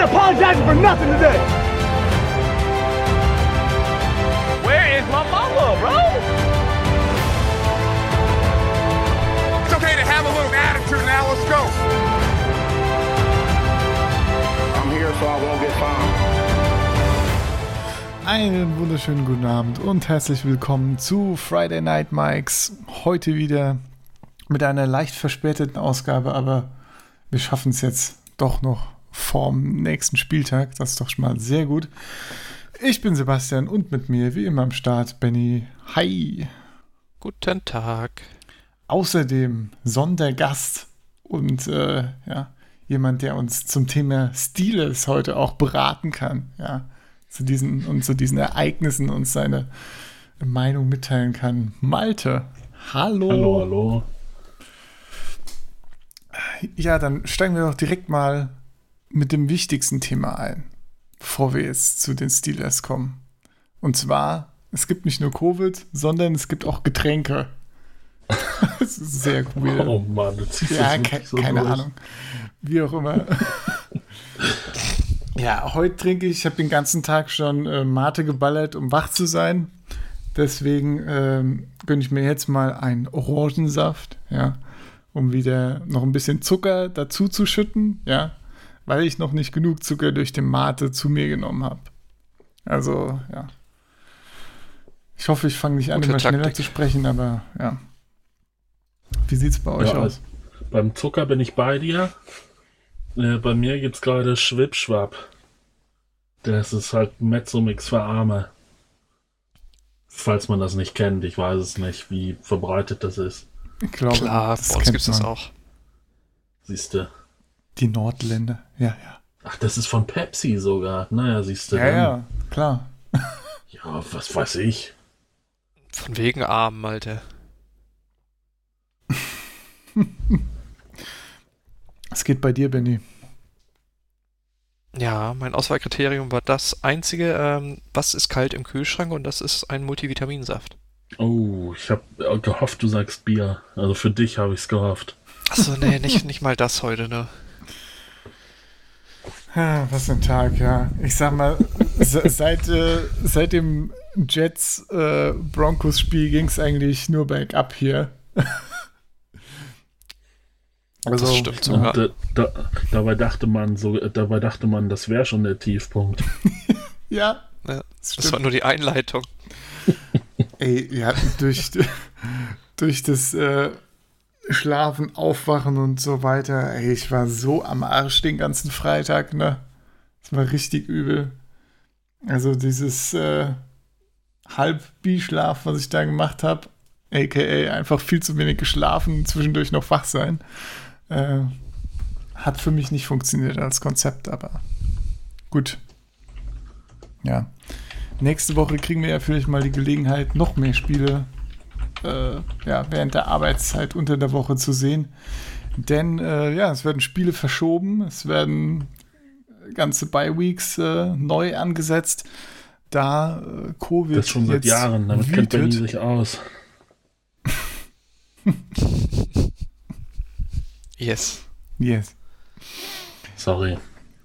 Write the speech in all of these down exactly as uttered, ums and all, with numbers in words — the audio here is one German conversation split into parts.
ain't apologizing for nothing today. Where is my mama, bro? It's okay to have a little attitude now. Let's go. I'm here so I won't get fined. Einen wunderschönen guten Abend und herzlich willkommen zu Friday Night Mikes. Heute wieder mit einer leicht verspäteten Ausgabe, aber wir schaffen es jetzt doch noch vorm nächsten Spieltag. Das ist doch schon mal sehr gut. Ich bin Sebastian und mit mir wie immer am Start Benny. Hi. Guten Tag. Außerdem Sondergast und äh, ja, jemand, der uns zum Thema Steelers heute auch beraten kann. Ja, zu diesen und zu diesen Ereignissen uns seine Meinung mitteilen kann. Malte. Hallo. Hallo, hallo. Ja, dann steigen wir doch direkt mal mit dem wichtigsten Thema ein, bevor wir jetzt zu den Steelers kommen. Und zwar, es gibt nicht nur Covid, sondern es gibt auch Getränke. Das ist sehr weird. Oh Mann, du ziehst ja, das ke- so keine durch. Ahnung. Wie auch immer. Ja, heute trinke ich, ich habe den ganzen Tag schon äh, Mate geballert, um wach zu sein. Deswegen ähm, gönne ich mir jetzt mal einen Orangensaft, ja, um wieder noch ein bisschen Zucker dazu zu schütten, ja, weil ich noch nicht genug Zucker durch den Mate zu mir genommen habe. Also, ja. Ich hoffe, ich fange nicht an, Gute immer schneller Taktik. zu sprechen, aber ja. Wie sieht's bei euch Ja, aus? also, beim Zucker bin ich bei dir. Äh, bei mir gibt's gerade Schwipschwapp. Das ist halt Mezzomix für Arme. Falls man das nicht kennt, ich weiß es nicht, wie verbreitet das ist. Ich glaube, Klar, das bei uns kennt gibt es das man. auch. Siehste. Die Nordländer, ja, ja. Ach, das ist von Pepsi sogar. Naja, siehste. Ja, ja, klar. Ja, was weiß ich. Von wegen Armen, Alter. Es geht bei dir, Benny. Ja, mein Auswahlkriterium war das einzige, ähm, was ist kalt im Kühlschrank, und das ist ein Multivitaminsaft. Oh, ich habe gehofft, du sagst Bier. Also für dich habe ich es gehofft. Achso, nee, nicht, nicht mal das heute, ne? Ah, was ein Tag, ja. Ich sag mal, se- seit, äh, seit dem Jets-Broncos-Spiel ging es eigentlich nur bergab hier. Also, Das stimmt sogar. Und, äh, da, dabei dachte man, so, äh, dabei dachte man, das wäre schon der Tiefpunkt. Ja, Ja, das das war nur die Einleitung. Ey, ja, durch, durch das äh, Schlafen, Aufwachen und so weiter, ey, ich war so am Arsch den ganzen Freitag, ne? Das war richtig übel. Also dieses äh, Halb-Bi-Schlaf, was ich da gemacht habe, aka einfach viel zu wenig geschlafen, zwischendurch noch wach sein, äh, hat für mich nicht funktioniert als Konzept, aber gut. Ja. Nächste Woche kriegen wir ja vielleicht mal die Gelegenheit, noch mehr Spiele äh, ja, während der Arbeitszeit unter der Woche zu sehen. Denn äh, ja, es werden Spiele verschoben, es werden ganze Bye-Weeks äh, neu angesetzt, da äh, Covid Das schon seit jetzt Jahren, damit kennt Benny wütet. sich aus. Yes. Yes. Sorry.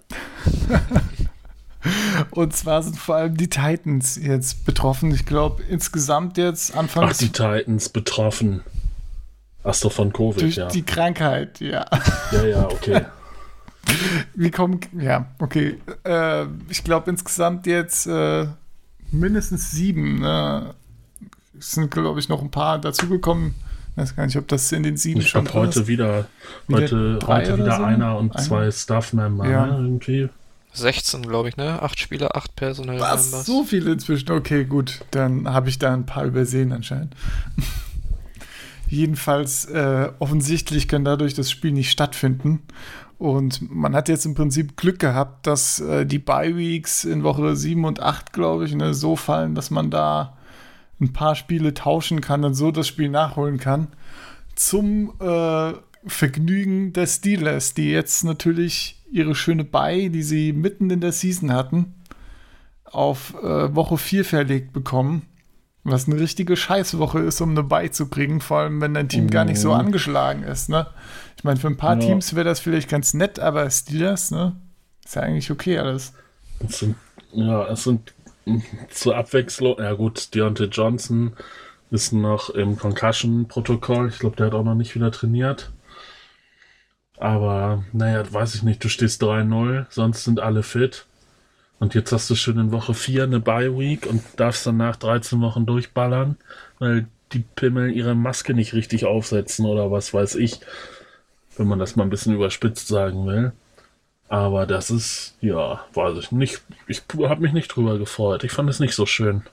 Und zwar sind vor allem die Titans jetzt betroffen. Ich glaube, insgesamt jetzt Anfang Ach, die Titans betroffen. Ach so, von Covid, durch ja. die Krankheit, ja. Ja, ja, okay. Wie kommen, ja, okay. Äh, ich glaube insgesamt jetzt äh, mindestens sieben. Ne? Es sind, glaube ich, noch ein paar dazugekommen. Ich weiß gar nicht, ob das in den sieben Ich schon glaube, drin heute ist. wieder, Wieder heute, drei heute oder wieder so? einer und Einer? zwei Staff-Member, Ja. ne, irgendwie. sechzehn, glaube ich, ne? Acht Spieler, acht Personal Was? Members. So viele inzwischen? Okay, gut. Dann habe ich da ein paar übersehen anscheinend. Jedenfalls, äh, offensichtlich kann dadurch das Spiel nicht stattfinden. Und man hat jetzt im Prinzip Glück gehabt, dass äh, die Bye-Weeks in Woche sieben und acht, glaube ich, ne, so fallen, dass man da ein paar Spiele tauschen kann und so das Spiel nachholen kann. Zum äh, Vergnügen der Steelers, die jetzt natürlich ihre schöne Bye, die sie mitten in der Season hatten, auf äh, Woche vier verlegt bekommen. Was eine richtige Scheißwoche ist, um eine Bye zu kriegen, vor allem wenn dein Team gar nicht so angeschlagen ist, ne? Ich meine, für ein paar Ja. Teams wäre das vielleicht ganz nett, aber Steelers, ne? Ist ja eigentlich okay alles. Es sind, ja, es sind zur Abwechslung, ja gut, Deontay Johnson ist noch im Concussion-Protokoll. Ich glaube, der hat auch noch nicht wieder trainiert. Aber, naja, weiß ich nicht, du stehst drei null, sonst sind alle fit. Und jetzt hast du schon in Woche vier eine Bye-Week und darfst dann nach dreizehn Wochen durchballern, weil die Pimmel ihre Maske nicht richtig aufsetzen oder was weiß ich, wenn man das mal ein bisschen überspitzt sagen will. Aber das ist, ja, weiß ich nicht, ich habe mich nicht drüber gefreut. Ich fand es nicht so schön.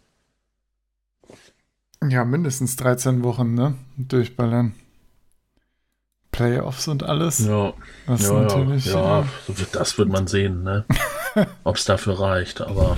Ja, mindestens dreizehn Wochen, ne? Durchballern. Playoffs und alles. Ja, das ja, natürlich, ja, ja. Das wird man sehen, ne? Ob es dafür reicht, aber...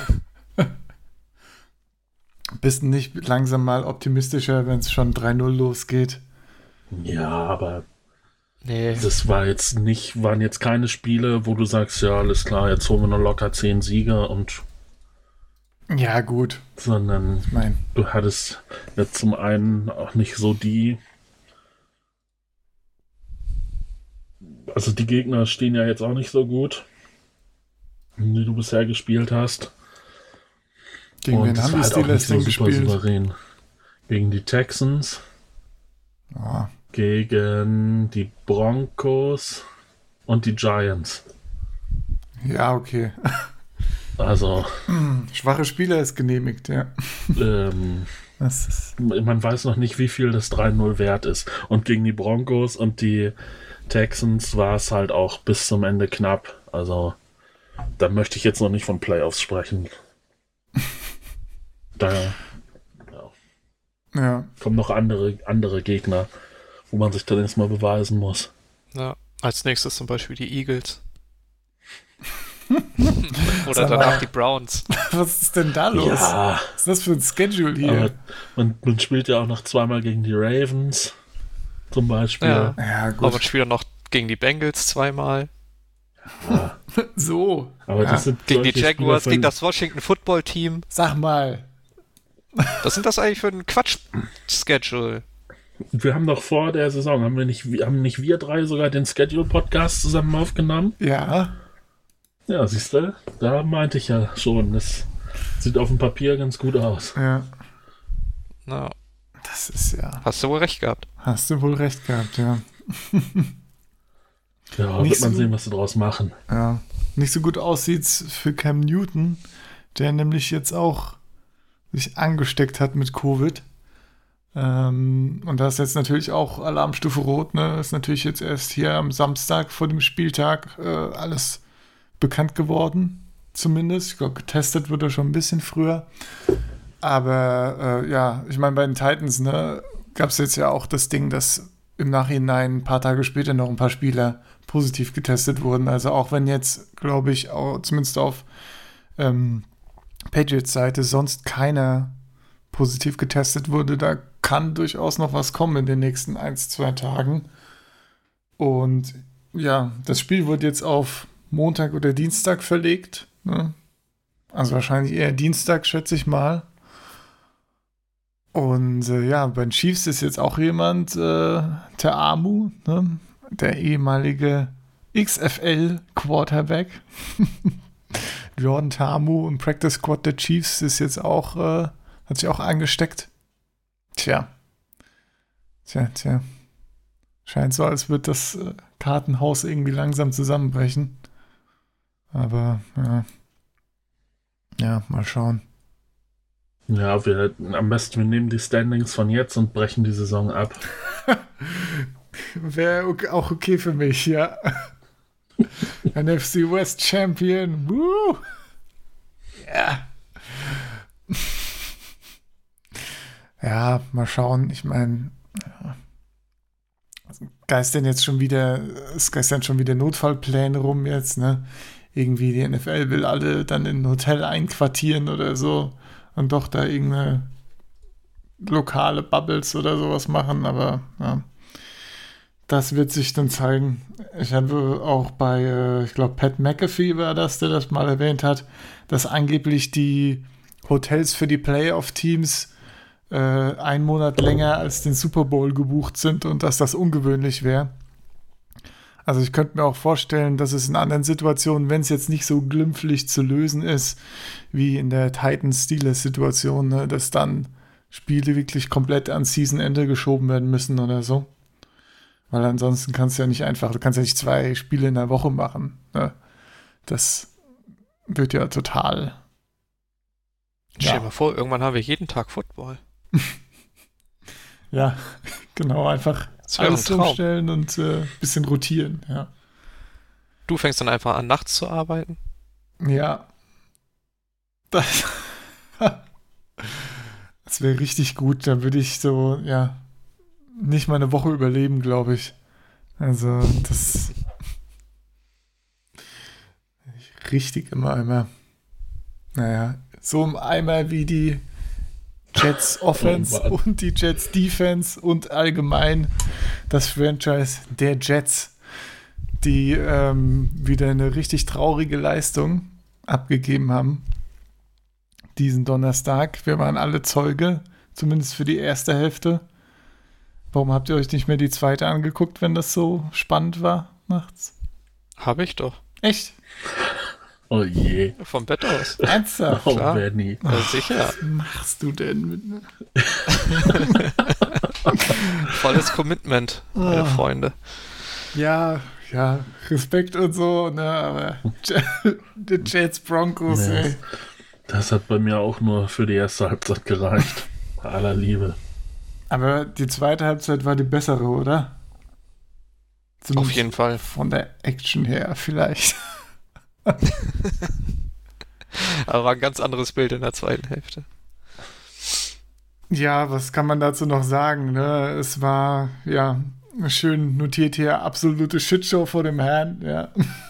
Bist du nicht langsam mal optimistischer, wenn es schon drei null losgeht? Ja, aber Nee. das war jetzt nicht, waren jetzt keine Spiele, wo du sagst, ja, alles klar, jetzt holen wir noch locker zehn Siege und Ja, gut. sondern Ich meine, du hattest jetzt zum einen auch nicht so die, also die Gegner stehen ja jetzt auch nicht so gut, die du bisher gespielt hast. gegen Und wen das haben war die halt auch Steelers denn nicht so super gespielt? souverän. Gegen die Texans, Ah, gegen die Broncos und die Giants. ja, okay. Also, Schwache Spieler ist genehmigt, ja. ähm, Das ist, man weiß noch nicht, wie viel das drei null wert ist. Und gegen die Broncos und die Texans war es halt auch bis zum Ende knapp. Also, da möchte ich jetzt noch nicht von Playoffs sprechen. Da ja. kommen noch andere, andere Gegner, wo man sich dann erstmal beweisen muss. Ja, als nächstes zum Beispiel die Eagles. Oder Sag mal. danach die Browns. Was ist denn da los? Ja, Was ist das für ein Schedule hier? aber man, man spielt ja auch noch zweimal gegen die Ravens, zum Beispiel. Ja. Ja, Aber gut. man spielt auch noch gegen die Bengals zweimal. So. Aber Ja. das sind Gegen die solche Jaguars, Spiele gegen von- das Washington Football Team. Sag mal. Was sind das eigentlich für ein Quatsch-Schedule? Wir haben doch vor der Saison, haben wir nicht, haben nicht wir drei sogar den Schedule-Podcast zusammen aufgenommen? Ja. Ja, siehst du, da meinte ich ja schon, das sieht auf dem Papier ganz gut aus. Ja. Na, Das ist ja. hast du wohl recht gehabt. Hast du wohl recht gehabt, ja. Ja, Nicht wird man so- sehen, was sie draus machen. Ja. Nicht so gut aussieht's für Cam Newton, der nämlich jetzt auch sich angesteckt hat mit Covid. Ähm, und da ist jetzt natürlich auch Alarmstufe Rot, ne? Ist natürlich jetzt erst hier am Samstag vor dem Spieltag äh, alles bekannt geworden, zumindest. Ich glaube, getestet wurde er schon ein bisschen früher. Aber äh, ja, ich meine, bei den Titans, ne, gab es jetzt ja auch das Ding, dass im Nachhinein ein paar Tage später noch ein paar Spieler positiv getestet wurden. Also auch wenn jetzt, glaube ich, auch, zumindest auf ähm, Patriots-Seite sonst keiner positiv getestet wurde, da kann durchaus noch was kommen in den nächsten ein, zwei Tagen. Und ja, das Spiel wird jetzt auf Montag oder Dienstag verlegt. Ne? Also wahrscheinlich eher Dienstag, schätze ich mal. Und äh, ja, bei den Chiefs ist jetzt auch jemand, äh, Ta'amu, ne? Der ehemalige X F L-Quarterback. Jordan Ta'amu im Practice Squad der Chiefs ist jetzt auch, äh, hat sich auch angesteckt. Tja. Tja, tja. Scheint so, als würde das äh, Kartenhaus irgendwie langsam zusammenbrechen. Aber, ja. Ja, mal schauen. Ja, wir, am besten wir nehmen die Standings von jetzt und brechen die Saison ab. Wäre okay, auch okay für mich, ja. N F C West Champion. Woo! Ja. Ja, mal schauen. Ich meine, ja. geistern jetzt schon wieder, es geistern schon wieder Notfallpläne rum jetzt, ne? Irgendwie die N F L will alle dann in ein Hotel einquartieren oder so und doch da irgendeine lokale Bubbles oder sowas machen, aber ja. Das wird sich dann zeigen. Ich habe auch bei, äh, ich glaube, Pat McAfee war das, der das mal erwähnt hat, dass angeblich die Hotels für die Playoff-Teams äh, einen Monat länger als den Super Bowl gebucht sind und dass das ungewöhnlich wäre. Also ich könnte mir auch vorstellen, dass es in anderen Situationen, wenn es jetzt nicht so glimpflich zu lösen ist, wie in der Titans-Steelers-Situation, ne, dass dann Spiele wirklich komplett ans Season-Ende geschoben werden müssen oder so. Weil ansonsten kannst du ja nicht einfach, du kannst ja nicht zwei Spiele in der Woche machen. Ne? Das wird ja total... Stell dir Ja. mal vor, irgendwann haben wir jeden Tag Football. Ja, genau, einfach Das wäre alles ein Traum. umstellen und ein äh, bisschen rotieren, ja. Du fängst dann einfach an, nachts zu arbeiten. Ja. Das, das wäre richtig gut. Da würde ich so, ja, nicht mal eine Woche überleben, glaube ich. Also, das richtig im Eimer. Naja, so im Eimer wie die Jets Offense Oh Mann. und die Jets Defense und allgemein das Franchise der Jets, die ähm, wieder eine richtig traurige Leistung abgegeben haben diesen Donnerstag. Wir waren alle Zeuge, zumindest für die erste Hälfte. Warum habt ihr euch nicht mehr die zweite angeguckt, wenn das so spannend war nachts? Habe ich doch. Echt? Oh je. Vom Bett aus. Ernsthaft? Oh, Klar. Benny. Ja, sicher. Was machst du denn mit mir? Volles Commitment, meine Ah. Freunde. Ja, ja, Respekt und so, ne, aber die Jets Broncos, Nee. ey. Das hat bei mir auch nur für die erste Halbzeit gereicht. Bei aller Liebe. Aber die zweite Halbzeit war die bessere, oder? Auf Zumindest jeden Fall. von der Action her vielleicht. Aber war ein ganz anderes Bild in der zweiten Hälfte. Ja, was kann man dazu noch sagen, ne? Es war, ja, schön notiert hier, absolute Shitshow vor dem Herrn, ja.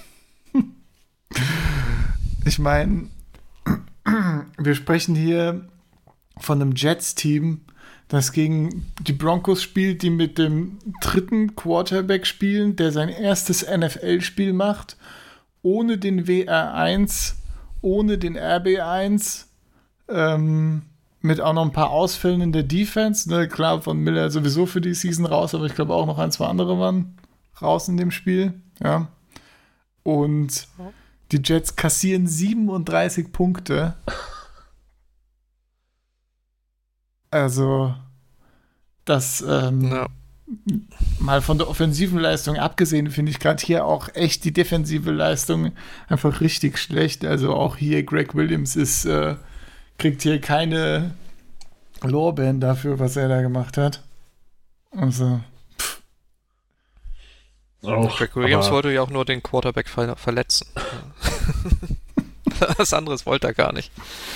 Ich meine, wir sprechen hier von einem Jets-Team, das gegen die Broncos spielt, die mit dem dritten Quarterback spielen, der sein erstes N F L-Spiel macht, ohne den W R eins, ohne den R B eins, ähm, mit auch noch ein paar Ausfällen in der Defense. Ne? Klar, von Miller sowieso für die Season raus, aber ich glaube auch noch ein, zwei andere waren raus in dem Spiel. Ja. Und die Jets kassieren siebenunddreißig Punkte. Also, das ähm, Ja. mal von der offensiven Leistung abgesehen, finde ich gerade hier auch echt die defensive Leistung einfach richtig schlecht. Also auch hier Greg Williams ist, äh, kriegt hier keine Lorbeeren dafür, was er da gemacht hat. Also, Auch, Greg Williams aber- wollte ja auch nur den Quarterback ver verletzen. Was anderes wollte er gar nicht.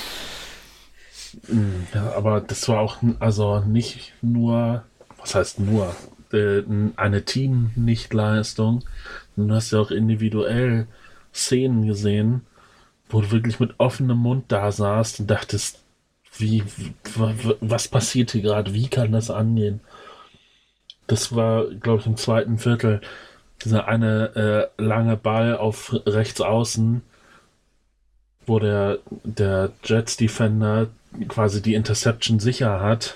Ja, aber das war auch n- also nicht nur, was heißt nur, äh, n- eine Team-Nichtleistung. Du hast ja auch individuell Szenen gesehen, wo du wirklich mit offenem Mund da saßt und dachtest, wie, w- w- was passiert hier gerade? Wie kann das angehen? Das war, glaube ich, im zweiten Viertel dieser eine äh, lange Ball auf rechts außen, wo der, der Jets-Defender quasi die Interception sicher hat.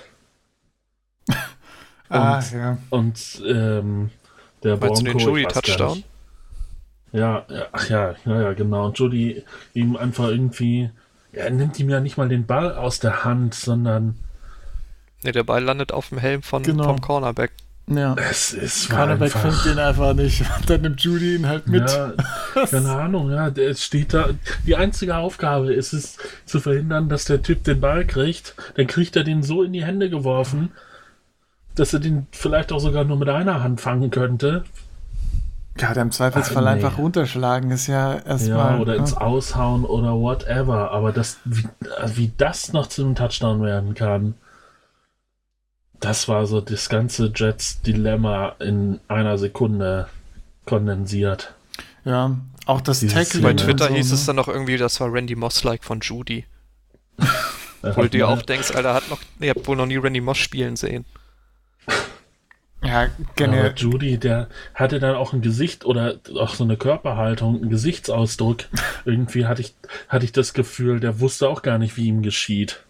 ah, Und- ja. Und ähm, der Meinst du den Bronco, ich weiß gar Judy-Touchdown? nicht. Ja, ja, ach ja, ja, ja, genau. Und Judy ihm einfach irgendwie, er nimmt ihm ja nicht mal den Ball aus der Hand, sondern Ne, der Ball landet auf dem Helm von, Genau. vom Cornerback. Ja. es ist war Cornerback einfach, fängt den einfach nicht. Dann nimmt Judy ihn halt mit. Ja, keine Ahnung, ja, der steht da. Die einzige Aufgabe ist es, zu verhindern, dass der Typ den Ball kriegt. Dann kriegt er den so in die Hände geworfen, dass er den vielleicht auch sogar nur mit einer Hand fangen könnte. Ja, der im Zweifelsfall Ach, nee. einfach runterschlagen ist ja Ja, erstmal. oder ins Aushauen oder whatever. Aber das, wie, wie das noch zu einem Touchdown werden kann, das war so das ganze Jets-Dilemma in einer Sekunde kondensiert. Ja, auch das Dieses Tackling. Bei Ja, Twitter und so, hieß ne? es dann noch irgendwie, das war Randy Moss-like von Judy. Er Wo du hat dir mal- auch denkst, Alter, hat noch, ihr habt wohl noch nie Randy Moss spielen sehen. Ja, Aber generell. Judy, der hatte dann auch ein Gesicht oder auch so eine Körperhaltung, einen Gesichtsausdruck. Irgendwie hatte ich, hatte ich das Gefühl, der wusste auch gar nicht, wie ihm geschieht.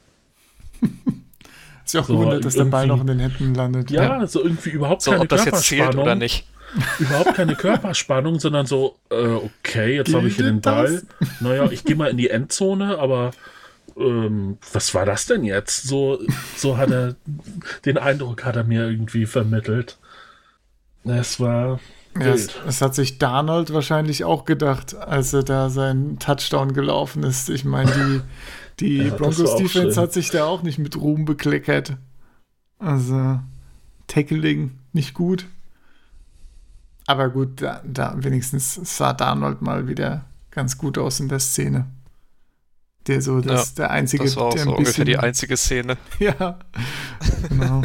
Ist ja auch so gewundert, dass der Ball irgendwie- noch in den Händen landet. Ja, so irgendwie überhaupt So, keine ob das jetzt zählt Körperspannung. oder nicht. überhaupt keine Körperspannung, sondern so, äh, okay, jetzt habe ich hier den Ball. Naja, ich gehe mal in die Endzone, aber ähm, was war das denn jetzt? So, so hat er, den Eindruck hat er mir irgendwie vermittelt. Es war ja, es, es hat sich Darnold wahrscheinlich auch gedacht, als er da seinen Touchdown gelaufen ist. Ich meine, die, die ja, Broncos-Defense hat sich da auch nicht mit Ruhm bekleckert. Also, Tackling nicht gut. Aber gut, da, da wenigstens sah Darnold mal wieder ganz gut aus in der Szene. Der so, das, ja, der einzige, das war auch der so ein bisschen, ungefähr die einzige Szene. Ja, genau.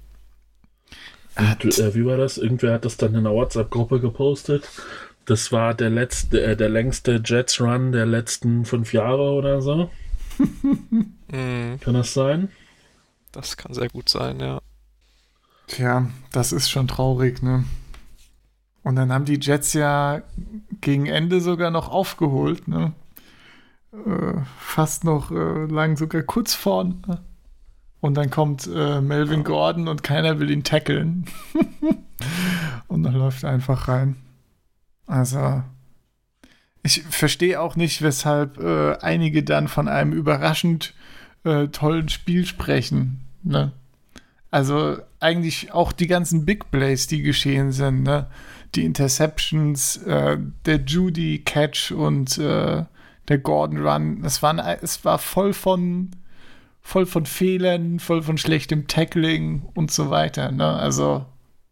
Und, äh, wie war das? Irgendwer hat das dann in der WhatsApp-Gruppe gepostet. Das war der letzte, äh, der längste Jets-Run der letzten fünf Jahre oder so. mm. Kann das sein? Das kann sehr gut sein, ja. Tja, das ist schon traurig, ne? Und dann haben die Jets ja gegen Ende sogar noch aufgeholt, ne? Äh, fast noch äh, lang sogar kurz vorn. Ne? Und dann kommt äh, Melvin Gordon und keiner will ihn tackeln. Und dann läuft er einfach rein. Also, ich verstehe auch nicht, weshalb äh, einige dann von einem überraschend äh, tollen Spiel sprechen. Ne? Also, eigentlich auch die ganzen Big Plays, die geschehen sind. Ne? Die Interceptions, äh, der Judy-Catch und äh, der Gordon-Run. Es war, es war voll von voll von Fehlern, voll von schlechtem Tackling und so weiter. Ne? Also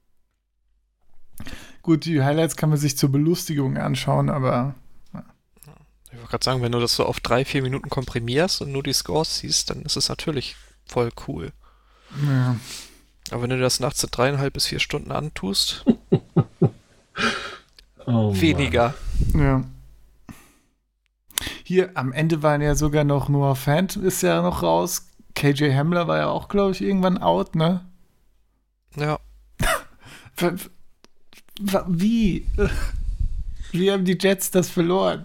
gut, die Highlights kann man sich zur Belustigung anschauen, aber ja. Ich wollte gerade sagen, wenn du das so auf drei, vier Minuten komprimierst und nur die Scores siehst, dann ist es natürlich voll cool. Ja. Aber wenn du das nachts in dreieinhalb bis vier Stunden antust, oh weniger. Ja. Hier, am Ende waren ja sogar noch Noah Fant ist ja noch raus. K J Hamler war ja auch, glaube ich, irgendwann out, ne? Ja. Wie? Wie haben die Jets das verloren?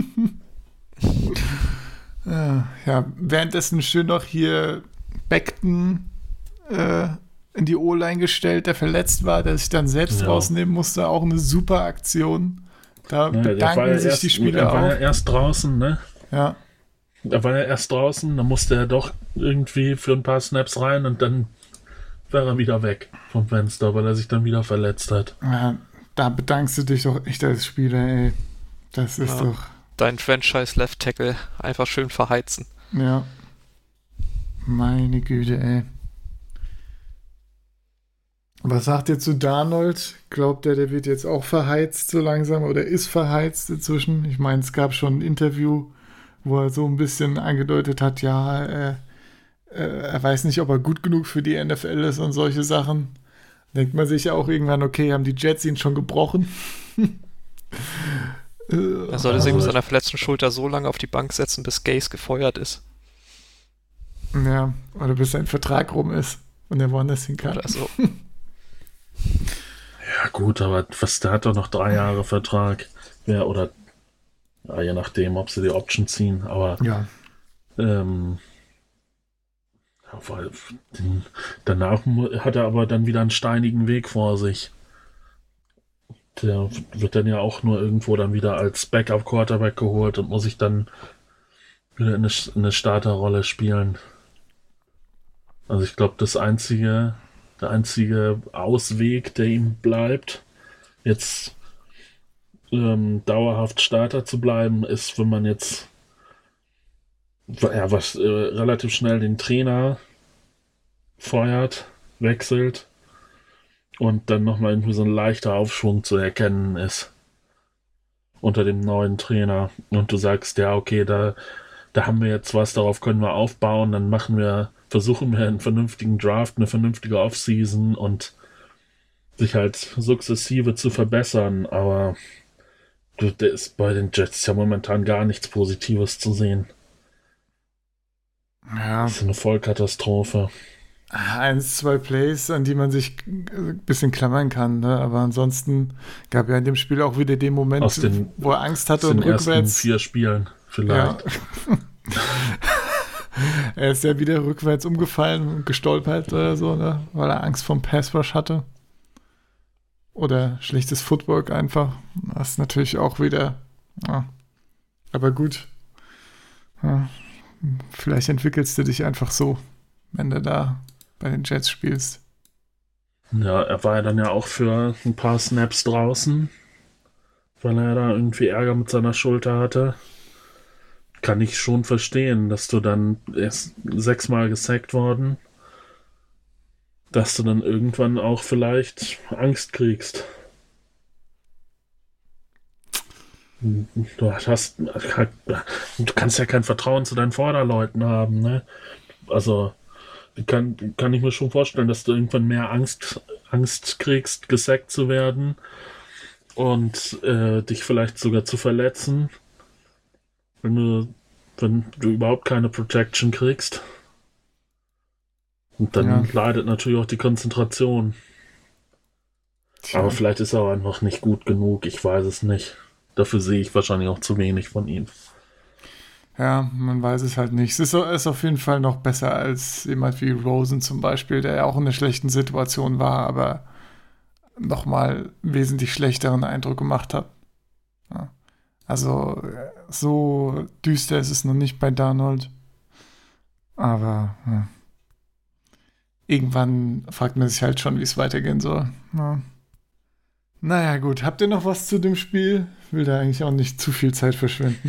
Ja, währenddessen schön noch hier Beckton äh, in die O-Line gestellt, der verletzt war, der sich dann selbst ja. rausnehmen musste. Auch eine super Aktion. Da ja, bedanken sich erst, die Spieler er auch. war ja erst draußen, ne? Ja. Da war er erst draußen, dann musste er doch irgendwie für ein paar Snaps rein und dann war er wieder weg vom Fenster, weil er sich dann wieder verletzt hat. Ja, da bedankst du dich doch echt als Spieler, ey. Das ist ja, doch... Dein Franchise-Left-Tackle einfach schön verheizen. Ja. Meine Güte, ey. Was sagt ihr zu Darnold? Glaubt er, der wird jetzt auch verheizt so langsam oder ist verheizt inzwischen? Ich meine, es gab schon ein Interview, wo er so ein bisschen angedeutet hat, ja, äh, äh, er weiß nicht, ob er gut genug für die N F L ist und solche Sachen. Denkt man sich ja auch irgendwann, okay, haben die Jets ihn schon gebrochen? Er sollte sich mit seiner verletzten Schulter so lange auf die Bank setzen, bis Gase gefeuert ist. Ja, oder bis sein Vertrag rum ist und er woanders hin kann. Oder so. Ja gut, aber was, der hat doch noch drei Jahre Vertrag. Ja, oder ja, je nachdem, ob sie die Option ziehen, aber ja. ähm, weil, den, danach hat er aber dann wieder einen steinigen Weg vor sich. Der wird dann ja auch nur irgendwo dann wieder als Backup-Quarterback geholt und muss sich dann wieder in eine, in eine Starterrolle spielen. Also ich glaube, das einzige, der einzige Ausweg, der ihm bleibt, jetzt ähm, dauerhaft Starter zu bleiben, ist, wenn man jetzt ja, was äh, relativ schnell den Trainer feuert, wechselt und dann nochmal irgendwie so ein leichter Aufschwung zu erkennen ist unter dem neuen Trainer. Und du sagst, ja, okay, da, da haben wir jetzt was, darauf können wir aufbauen, dann machen wir, versuchen wir einen vernünftigen Draft, eine vernünftige Offseason und sich halt sukzessive zu verbessern, aber du, da ist bei den Jets ja momentan gar nichts Positives zu sehen. Ja. Das ist eine Vollkatastrophe. Eins, zwei Plays, an die man sich ein bisschen klammern kann, ne? Aber ansonsten gab ja in dem Spiel auch wieder den Moment, aus den, wo er Angst hatte und rückwärts. Aus den ersten vier Spielen vielleicht. Ja. Er ist ja wieder rückwärts umgefallen und gestolpert oder so, ne? Weil er Angst vom Pass Rush hatte. oder schlechtes Footwork einfach. Das ist natürlich auch wieder, ja. Aber gut. Ja. Vielleicht entwickelst du dich einfach so, wenn du da bei den Jets spielst. Ja, er war ja dann ja auch für ein paar Snaps draußen, weil er da irgendwie Ärger mit seiner Schulter hatte. Kann ich schon verstehen, dass du dann erst sechsmal gesackt worden, dass du dann irgendwann auch vielleicht Angst kriegst. Du hast, du kannst ja kein Vertrauen zu deinen Vorderleuten haben, ne? Also kann, kann ich mir schon vorstellen, dass du irgendwann mehr Angst, Angst kriegst, gesackt zu werden und äh, dich vielleicht sogar zu verletzen, wenn du, wenn du überhaupt keine Protection kriegst. Und dann ja. leidet natürlich auch die Konzentration. Tja. Aber vielleicht ist er auch noch nicht gut genug, ich weiß es nicht. Dafür sehe ich wahrscheinlich auch zu wenig von ihm. Ja, man weiß es halt nicht. Es ist, ist auf jeden Fall noch besser als jemand wie Rosen zum Beispiel, der ja auch in einer schlechten Situation war, aber nochmal wesentlich schlechteren Eindruck gemacht hat. Ja. Also so düster ist es noch nicht bei Darnold. Aber ja. Irgendwann fragt man sich halt schon, wie es weitergehen soll. Ja. Naja, gut. Habt ihr noch was zu dem Spiel? Ich will da eigentlich auch nicht zu viel Zeit verschwenden.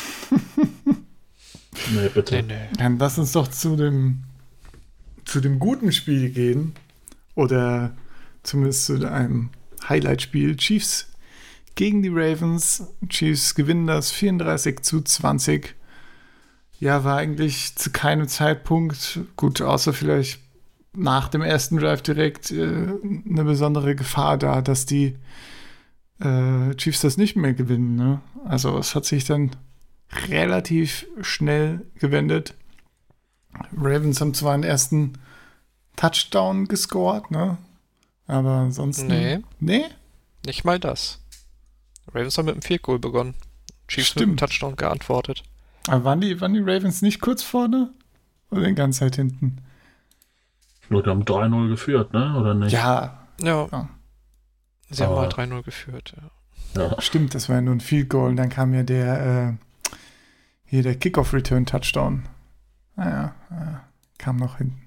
Nee, bitte. Nee, nee. Dann lass uns doch zu dem, zu dem guten Spiel gehen. Oder zumindest zu einem Highlight-Spiel. Chiefs gegen die Ravens. Chiefs gewinnen das vierunddreißig zu zwanzig. Ja, war eigentlich zu keinem Zeitpunkt, gut, außer vielleicht nach dem ersten Drive direkt äh, eine besondere Gefahr da, dass die äh, Chiefs das nicht mehr gewinnen. Ne? Also es hat sich dann relativ schnell gewendet. Ravens haben zwar einen ersten Touchdown gescored, ne? Aber ansonsten... Nee. Nee? Nicht mal das. Ravens haben mit einem Field Goal begonnen. Chiefs Stimmt. mit einem Touchdown geantwortet. Aber waren die, waren die Ravens nicht kurz vorne? Oder die ganze Zeit hinten? Nur die haben drei null geführt, ne? Oder nicht? Ja. Ja. ja. Sie haben Aber- mal drei null geführt, ja. Ja. Stimmt, das war ja nur ein Field Goal. Und dann kam ja der, äh, hier der Kickoff-Return-Touchdown. Naja, äh, kam noch hinten.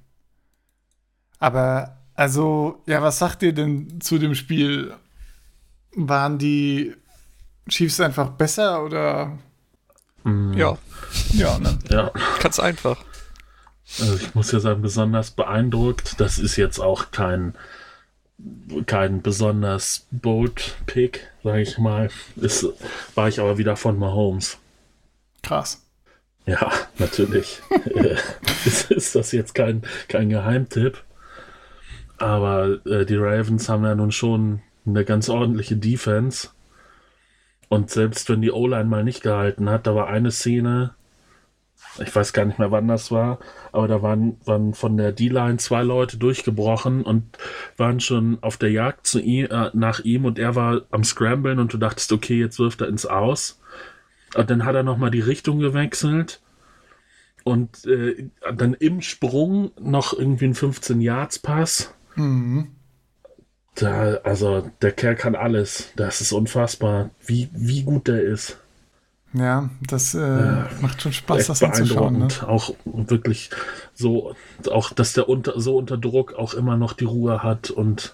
Aber, also, ja, was sagt ihr denn zu dem Spiel? Waren die Chiefs einfach besser oder? Mm, Ja, Ja, ne? ja. ganz einfach. Also ich muss ja sagen, besonders beeindruckt. Das ist jetzt auch kein, kein besonders bold Pick, sage ich mal. Ist, war ich aber wieder von Mahomes. Krass. Ja, natürlich. Äh, ist, ist das jetzt kein, kein Geheimtipp. Aber äh, die Ravens haben ja nun schon eine ganz ordentliche Defense. Und selbst wenn die O-Line mal nicht gehalten hat, da war eine Szene, ich weiß gar nicht mehr, wann das war, aber da waren, waren von der D-Line zwei Leute durchgebrochen und waren schon auf der Jagd zu ihm, äh, nach ihm und er war am Scramblen und du dachtest, okay, jetzt wirft er ins Aus. Und dann hat er nochmal die Richtung gewechselt und äh, dann im Sprung noch irgendwie ein fünfzehn-Yards-Pass. Mhm. Da, also der Kerl kann alles. Das ist unfassbar, wie, wie gut der ist. Ja, das äh, Ja. macht schon Spaß, Echt das anzuschauen. Ne? beeindruckend. Auch wirklich so, auch dass der unter, so unter Druck auch immer noch die Ruhe hat und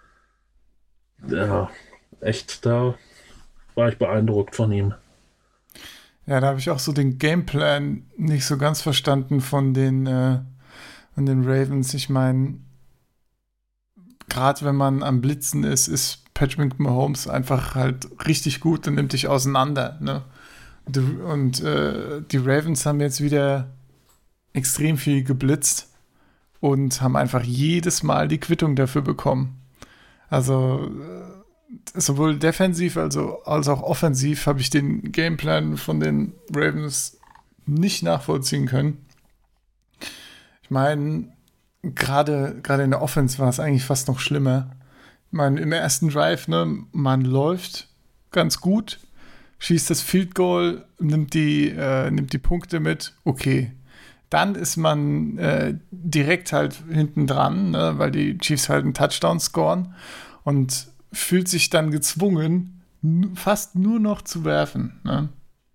ja, echt, da war ich beeindruckt von ihm. Ja, da habe ich auch so den Gameplan nicht so ganz verstanden von den, äh, von den Ravens. Ich meine, gerade wenn man am Blitzen ist, ist Patrick Mahomes einfach halt richtig gut und nimmt dich auseinander. Ne? Und, und äh, die Ravens haben jetzt wieder extrem viel geblitzt und haben einfach jedes Mal die Quittung dafür bekommen. Also äh, sowohl defensiv also, als auch offensiv habe ich den Gameplan von den Ravens nicht nachvollziehen können. Ich meine, gerade gerade in der Offense war es eigentlich fast noch schlimmer. Ich meine, im ersten Drive, ne, man läuft ganz gut, schießt das Field Goal, nimmt die, äh, nimmt die Punkte mit, okay. Dann ist man äh, direkt halt hinten dran, ne, weil die Chiefs halt einen Touchdown scoren und fühlt sich dann gezwungen, n- fast nur noch zu werfen. Ne?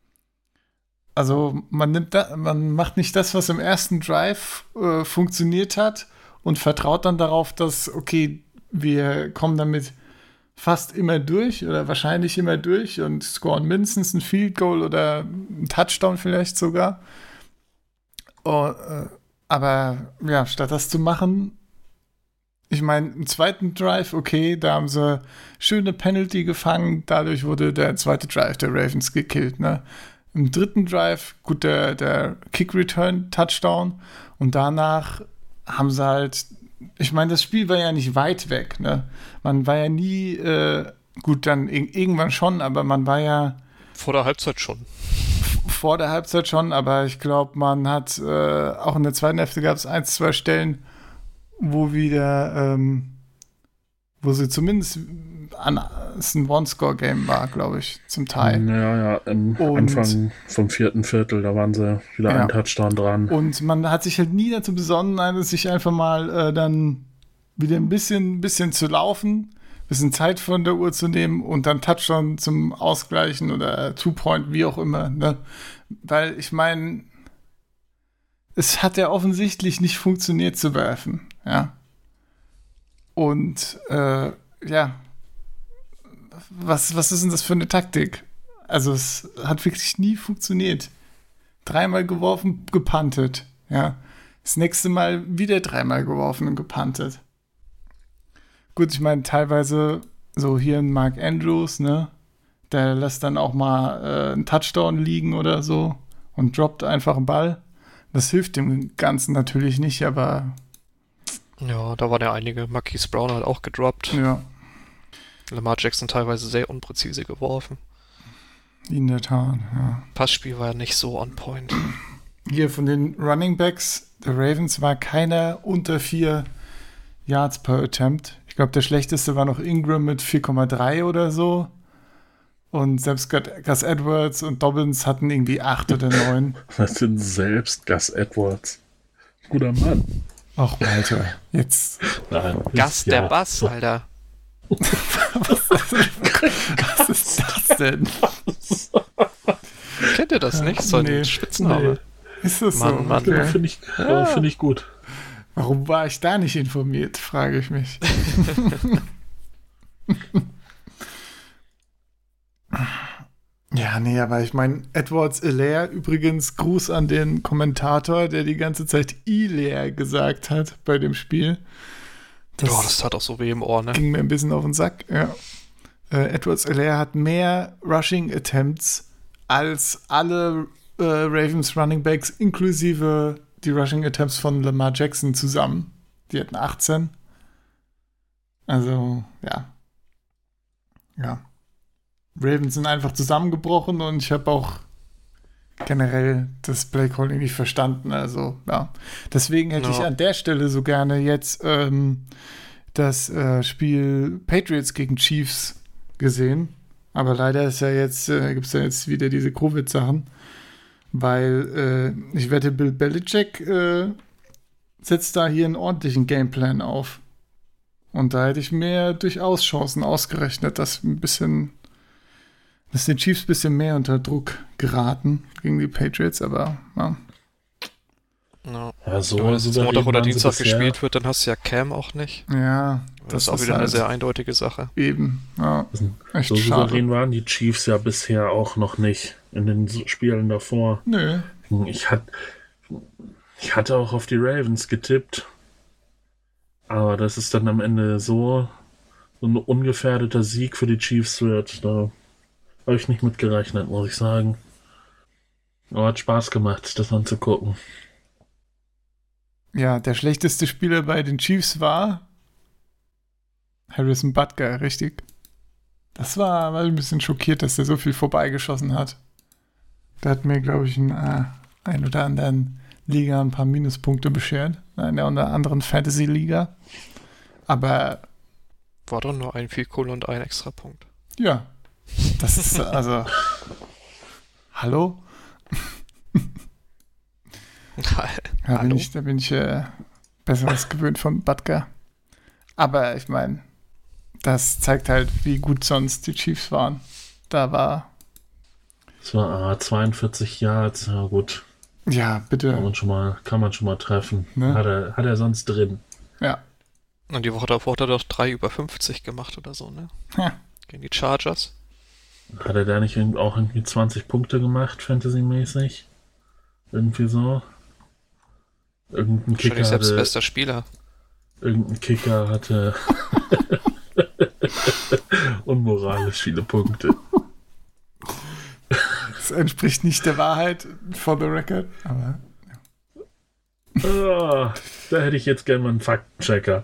Also man nimmt da, man macht nicht das, was im ersten Drive äh, funktioniert hat und vertraut dann darauf, dass, okay, wir kommen damit fast immer durch oder wahrscheinlich immer durch und scoren mindestens ein Field Goal oder ein Touchdown vielleicht sogar. Oh, äh, aber ja, statt das zu machen, ich meine, im zweiten Drive, okay, da haben sie schöne Penalty gefangen, dadurch wurde der zweite Drive der Ravens gekillt, ne? Im dritten Drive, gut, der, der Kick-Return-Touchdown und danach haben sie halt, ich meine, das Spiel war ja nicht weit weg, ne? Man war ja nie, äh, gut, dann ir- irgendwann schon, aber man war ja Vor der Halbzeit schon. vor der Halbzeit schon, aber ich glaube, man hat äh, auch in der zweiten Hälfte gab es ein, zwei Stellen, wo wieder, ähm, wo sie zumindest an, es ein One-Score-Game war, glaube ich, zum Teil. Ja, ja, am Und- Anfang vom vierten Viertel, da waren sie wieder Ja. einen Touchdown dran. Und man hat sich halt nie dazu besonnen, sich einfach mal äh, dann wieder ein bisschen, bisschen zu laufen, ein bisschen Zeit von der Uhr zu nehmen und dann Touchdown zum Ausgleichen oder Two-Point, wie auch immer. Ne? Weil ich meine, es hat ja offensichtlich nicht funktioniert zu werfen. Ja. Und äh, ja, was, was ist denn das für eine Taktik? Also es hat wirklich nie funktioniert. Dreimal geworfen, gepuntet. Ja. Das nächste Mal wieder dreimal geworfen und gepuntet. Gut, ich meine, teilweise so hier ein Mark Andrews, ne? Der lässt dann auch mal äh, einen Touchdown liegen oder so und droppt einfach einen Ball. Das hilft dem Ganzen natürlich nicht, aber Ja, da waren ja einige. Marquise Brown hat auch gedroppt. ja, Lamar Jackson teilweise sehr unpräzise geworfen. in der Tat, ja. Passspiel war ja nicht so on point. Hier von den Running Backs der Ravens war keiner unter vier Yards per Attempt. Ich glaube, der schlechteste war noch Ingram mit vier Komma drei oder so. Und selbst Gus Edwards und Dobbins hatten irgendwie acht oder neun. Das sind selbst Gus Edwards. Guter Mann. Ach, Alter, jetzt. Nein, Gas ja, der Bass, so. Alter. Was ist das denn? Kennt ihr das nicht? So ein Nee. Spitzname. Ist das Mann, so? Mann. Ja, Okay. finde ich, äh, find ich gut. Warum war ich da nicht informiert, frage ich mich. Ja, nee, aber ich meine, Edwards Hilaire, übrigens Gruß an den Kommentator, der die ganze Zeit Hilaire gesagt hat bei dem Spiel. Das, Oh, das tat auch so weh im Ohr, ne? ging mir ein bisschen auf den Sack, ja. Äh, Edwards Hilaire hat mehr Rushing Attempts als alle äh, Ravens Running Backs, inklusive die Rushing Attempts von Lamar Jackson zusammen. Die hatten achtzehn. Also, ja. Ja. Ravens sind einfach zusammengebrochen und ich habe auch generell das Playcalling nicht verstanden. Also, ja. Deswegen hätte Ja. ich an der Stelle so gerne jetzt ähm, das äh, Spiel Patriots gegen Chiefs gesehen. Aber leider ist ja jetzt, äh, gibt es ja jetzt wieder diese Covid-Sachen. Weil äh, ich wette, Bill Belichick äh, setzt da hier einen ordentlichen Gameplan auf. Und da hätte ich mir durchaus Chancen ausgerechnet, dass ein bisschen, dass die Chiefs ein bisschen mehr unter Druck geraten gegen die Patriots, aber ja. Ja. Ja, so Wenn das jetzt souverän Montag oder waren sie Dienstag bisher. gespielt wird, dann hast du ja Cam auch nicht. Ja, Das, ist auch wieder eine sehr eindeutige Sache. eben, ja, echt So schade. souverän waren die Chiefs ja bisher auch noch nicht in den Spielen davor. Nö, Ich, hat, ich hatte auch auf die Ravens getippt. Aber dass es dann am Ende so, so ein ungefährdeter Sieg für die Chiefs wird, da habe ich nicht mit gerechnet, muss ich sagen. Aber hat Spaß gemacht, das anzugucken. ja, der schlechteste Spieler bei den Chiefs war Harrison Butker, richtig? Das war, war ein bisschen schockiert, dass der so viel vorbeigeschossen hat. Der hat mir, glaube ich, in äh, ein oder anderen Liga ein paar Minuspunkte beschert. In der unter anderen Fantasy-Liga. Aber War doch nur ein Field Goal und ein Extrapunkt. ja, das ist also. Hallo? Ja, bin Hallo? ich, da bin ich äh, Besseres gewöhnt von Butker. Aber ich meine, das zeigt halt, wie gut sonst die Chiefs waren. Da war... Es war ah, zweiundvierzig Yards, ja gut. Ja, bitte. Kann man schon mal, kann man schon mal treffen. Ne? Hat er, hat er sonst drin. Ja. Und die Woche davor hat er doch drei über fünfzig gemacht oder so, ne? Ja. Gegen die Chargers. Hat er da nicht auch irgendwie zwanzig Punkte gemacht, Fantasy-mäßig? Irgendwie so? Irgendein Kicker Wahrscheinlich selbst hatte, bester Spieler. Irgendein Kicker hatte unmoralisch viele Punkte. Das entspricht nicht der Wahrheit, for the record, aber... Oh, da hätte ich jetzt gerne mal einen Faktenchecker.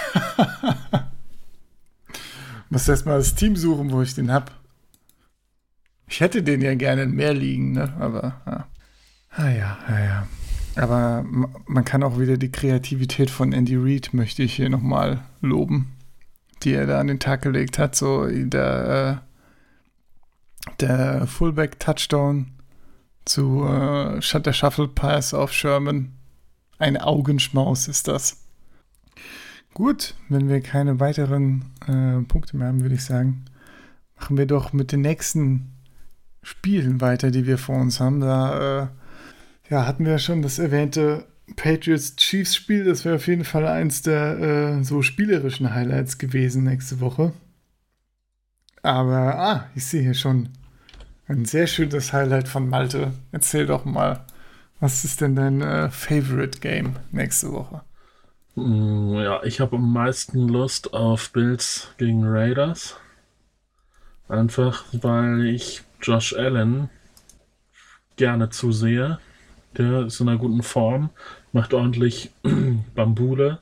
Muss erst mal das Team suchen, wo ich den hab. Ich hätte den ja gerne in mehr liegen, ne? Aber, ja. Ah ja, ja, ja. Aber man kann auch wieder die Kreativität von Andy Reid, möchte ich hier nochmal loben, die er da an den Tag gelegt hat. So der, äh, der Fullback-Touchdown zu äh, der Shuffle-Pass auf Sherman. Ein Augenschmaus ist das. Gut, wenn wir keine weiteren äh, Punkte mehr haben, würde ich sagen, machen wir doch mit den nächsten Spielen weiter, die wir vor uns haben. Da äh, ja, hatten wir schon das erwähnte Patriots-Chiefs-Spiel. Das wäre auf jeden Fall eins der äh, so spielerischen Highlights gewesen nächste Woche. Aber, ah, ich sehe hier schon ein sehr schönes Highlight von Malte. Erzähl doch mal, was ist denn dein äh, Favorite Game nächste Woche? Ja, ich habe am meisten Lust auf Bills gegen Raiders. Einfach, weil ich Josh Allen gerne zusehe. Der ist in einer guten Form, macht ordentlich Bambule.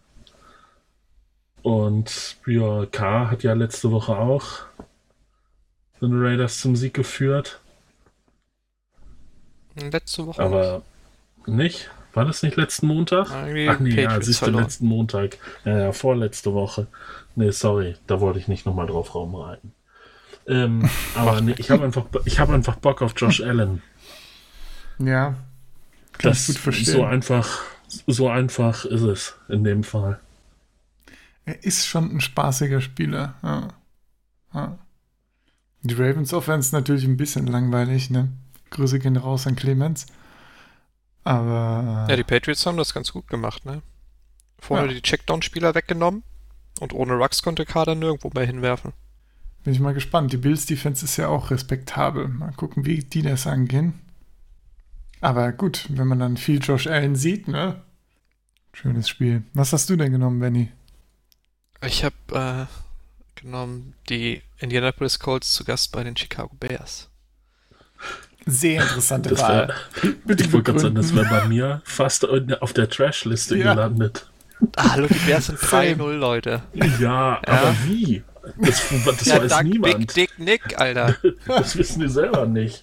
Und ja, K hat ja letzte Woche auch den Raiders zum Sieg geführt. Letzte Woche. Aber nicht? War das nicht letzten Montag? Ach nee, ja, siehst du, letzten Montag. Ja, ja, vorletzte Woche. Nee, sorry, da wollte ich nicht nochmal drauf rumreiten. Ähm, aber nee, ich habe einfach, ich hab einfach Bock auf Josh Allen. Ja, kann das ich gut verstehen. So einfach, so einfach ist es in dem Fall. Er ist schon ein spaßiger Spieler. Ja. Ja. Die Ravens Offense natürlich ein bisschen langweilig, ne? Grüße gehen raus an Clemens. Aber. Ja, die Patriots haben das ganz gut gemacht, ne? Vorne ja. die Checkdown-Spieler weggenommen und ohne Rux konnte Kader nirgendwo mehr hinwerfen. Bin ich mal gespannt. Die Bills-Defense ist ja auch respektabel. Mal gucken, wie die das angehen. Aber gut, wenn man dann viel Josh Allen sieht, ne? Schönes Spiel. Was hast du denn genommen, Benny? Ich habe äh, genommen die Indianapolis Colts zu Gast bei den Chicago Bears. Sehr interessante das Wahl. Wär, ich wollte gerade sagen, das wäre bei mir fast auf der Trash-Liste ja. gelandet. Ah, hallo, die Bears sind drei null, Leute. Ja, ja, aber wie? Das, das ja, weiß dank niemand. Big Dick Nick, Alter. Das wissen die selber nicht.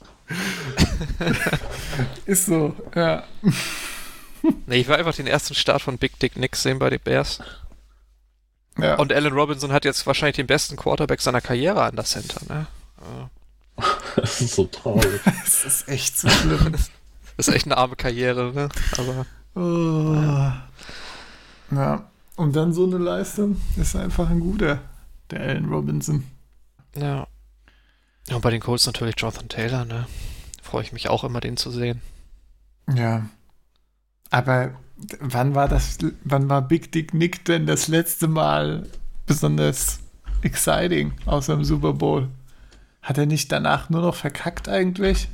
Ist so, ja. Nee, ich will einfach den ersten Start von Big Dick Nick sehen bei den Bears. Ja. Und Allen Robinson hat jetzt wahrscheinlich den besten Quarterback seiner Karriere an der Center, ne? Ja. Das ist so traurig. Das ist echt so schlimm. Das ist echt eine arme Karriere, ne? Aber. Oh. Ja. ja. Und dann so eine Leistung ist einfach ein guter, der Allen Robinson. Ja. Ja, und bei den Colts natürlich Jonathan Taylor, ne? Freue ich mich auch immer, den zu sehen. Ja. Aber wann war das, wann war Big Dick Nick denn das letzte Mal besonders exciting außer im Super Bowl? Hat er nicht danach nur noch verkackt eigentlich?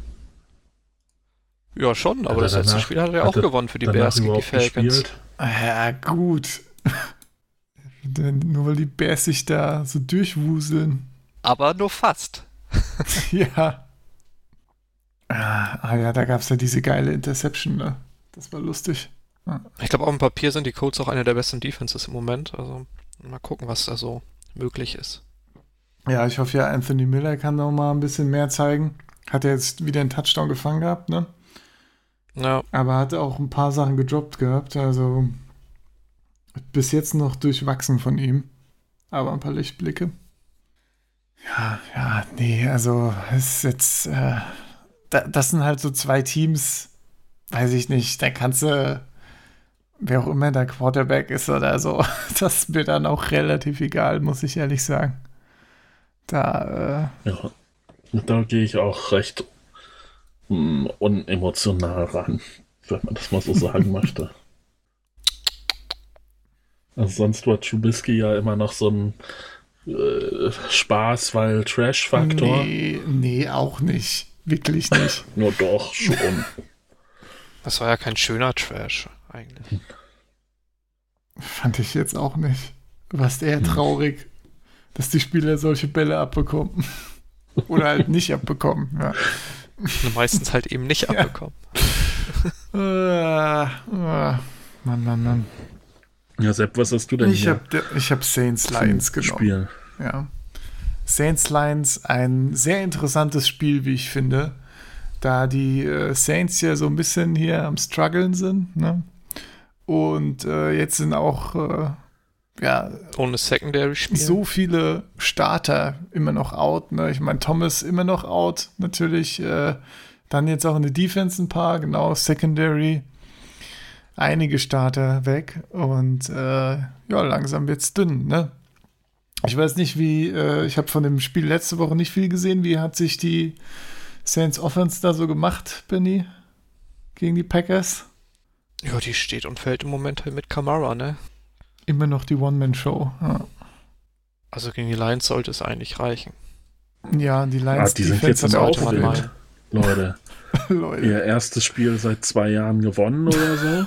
Ja, schon, aber das danach, letzte Spiel hat er ja auch gewonnen für die Bears gegen die Falcons. Ja, gut. Nur weil die Bears sich da so durchwuseln. Aber nur fast. Ja. Ah, ah ja, da gab es ja diese geile Interception, ne? Das war lustig. Ja. Ich glaube, auf dem Papier sind die Colts auch eine der besten Defenses im Moment. Also mal gucken, was da so möglich ist. Ja, ich hoffe ja, Anthony Miller kann noch mal ein bisschen mehr zeigen. Hat er jetzt wieder einen Touchdown gefangen gehabt, ne? Ja. Aber hat auch ein paar Sachen gedroppt gehabt, also bis jetzt noch durchwachsen von ihm. Aber ein paar Lichtblicke. Ja, ja, nee, also es ist jetzt, äh, da, das sind halt so zwei Teams, weiß ich nicht, da kannst du wer auch immer der Quarterback ist oder so, das ist mir dann auch relativ egal, muss ich ehrlich sagen. Da, äh, Ja, da gehe ich auch recht mh, unemotional ran, wenn man das mal so sagen möchte. Also sonst war Trubisky ja immer noch so ein äh, Spaß, weil Trash-Faktor. Nee, nee, auch nicht. Wirklich nicht. Nur doch, schon. Das war ja kein schöner Trash, eigentlich. Fand ich jetzt auch nicht. Was eher traurig, dass die Spieler solche Bälle abbekommen. Oder halt nicht abbekommen, ja. Meistens halt eben nicht abbekommen. Äh, äh, Mann, Mann, Mann. Ja, Sepp, was hast du denn Ich hier? habe ich hab Saints Lions genommen. Spiel. Ja. Saints Lions, ein sehr interessantes Spiel, wie ich finde. Da die äh, Saints ja so ein bisschen hier am Struggeln sind, ne? Und äh, jetzt sind auch äh, ja, Ohne Secondary-Spiel. so viele Starter immer noch out. Ne? Ich meine, Thomas immer noch out, natürlich. Äh, dann jetzt auch in der Defense ein paar, genau, Secondary. Einige Starter weg. Und äh, ja, langsam wird's dünn, ne? Ich weiß nicht, wie, äh, ich habe von dem Spiel letzte Woche nicht viel gesehen. Wie hat sich die Saints Offense da so gemacht, Benny? Gegen die Packers? Ja, die steht und fällt im Moment halt mit Kamara, ne? Immer noch die One-Man-Show. Ja. Also gegen die Lions sollte es eigentlich reichen. Ja, die Ah, Lions die sind Defense jetzt hat auch auch sollte man wild. mal. Leute, Leute. ihr erstes Spiel seit zwei Jahren gewonnen oder so?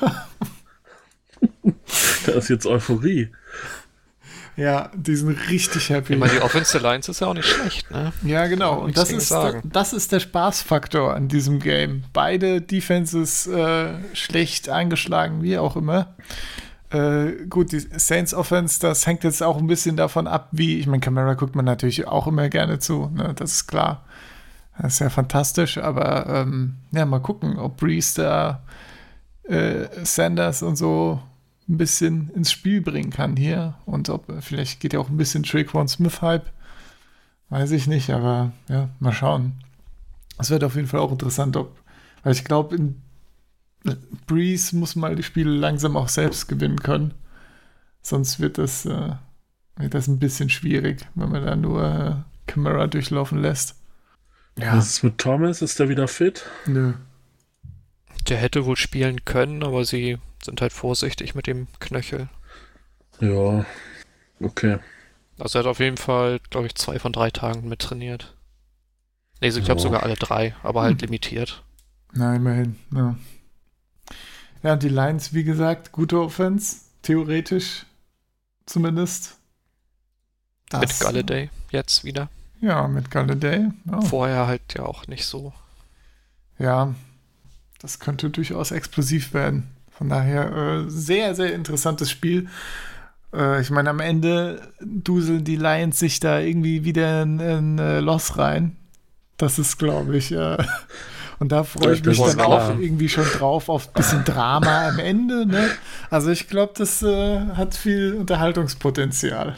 Da ist jetzt Euphorie. Ja, die sind richtig happy. Ich meine, die Offensive Lions ist ja auch nicht schlecht, ne? Ja, genau. Und Nichts das gegen ist, sagen. das ist der Spaßfaktor an diesem Game. Beide Defenses äh, schlecht angeschlagen, wie auch immer. Äh, gut, die Saints Offense, das hängt jetzt auch ein bisschen davon ab, wie, ich meine, Kamara guckt man natürlich auch immer gerne zu, ne? Das ist klar. Das ist ja fantastisch, aber ähm, ja, mal gucken, ob Breeze da äh, Sanders und so ein bisschen ins Spiel bringen kann hier und ob vielleicht geht ja auch ein bisschen Traquan Smith Hype, weiß ich nicht, aber ja, mal schauen. Es wird auf jeden Fall auch interessant, ob, weil ich glaube, in Breeze muss mal die Spiele langsam auch selbst gewinnen können, sonst wird das, äh, wird das ein bisschen schwierig, wenn man da nur äh, Kamara durchlaufen lässt. Ja, Was ist mit Thomas? Ist der wieder fit? nö. Der hätte wohl spielen können, aber sie sind halt vorsichtig mit dem Knöchel. Ja, okay. Also er hat auf jeden Fall, glaube ich, zwei von drei Tagen mit trainiert. Nee, so, ich glaube Ja. sogar alle drei, aber halt limitiert. Na, immerhin, ja. Ja, und die Lions, wie gesagt, gute Offense, theoretisch zumindest. Das, Mit Galladay jetzt wieder. Ja, mit Galladay. Ja. Vorher halt ja auch nicht so. Ja, das könnte durchaus explosiv werden. Von daher äh, sehr, sehr interessantes Spiel. Äh, ich meine, am Ende duseln die Lions sich da irgendwie wieder in, in äh, Loss rein. Das ist, glaube ich, äh, und da freue ich Das mich ist dann klar. auch irgendwie schon drauf, auf ein bisschen Drama am Ende. Ne? Also ich glaube, das äh, hat viel Unterhaltungspotenzial.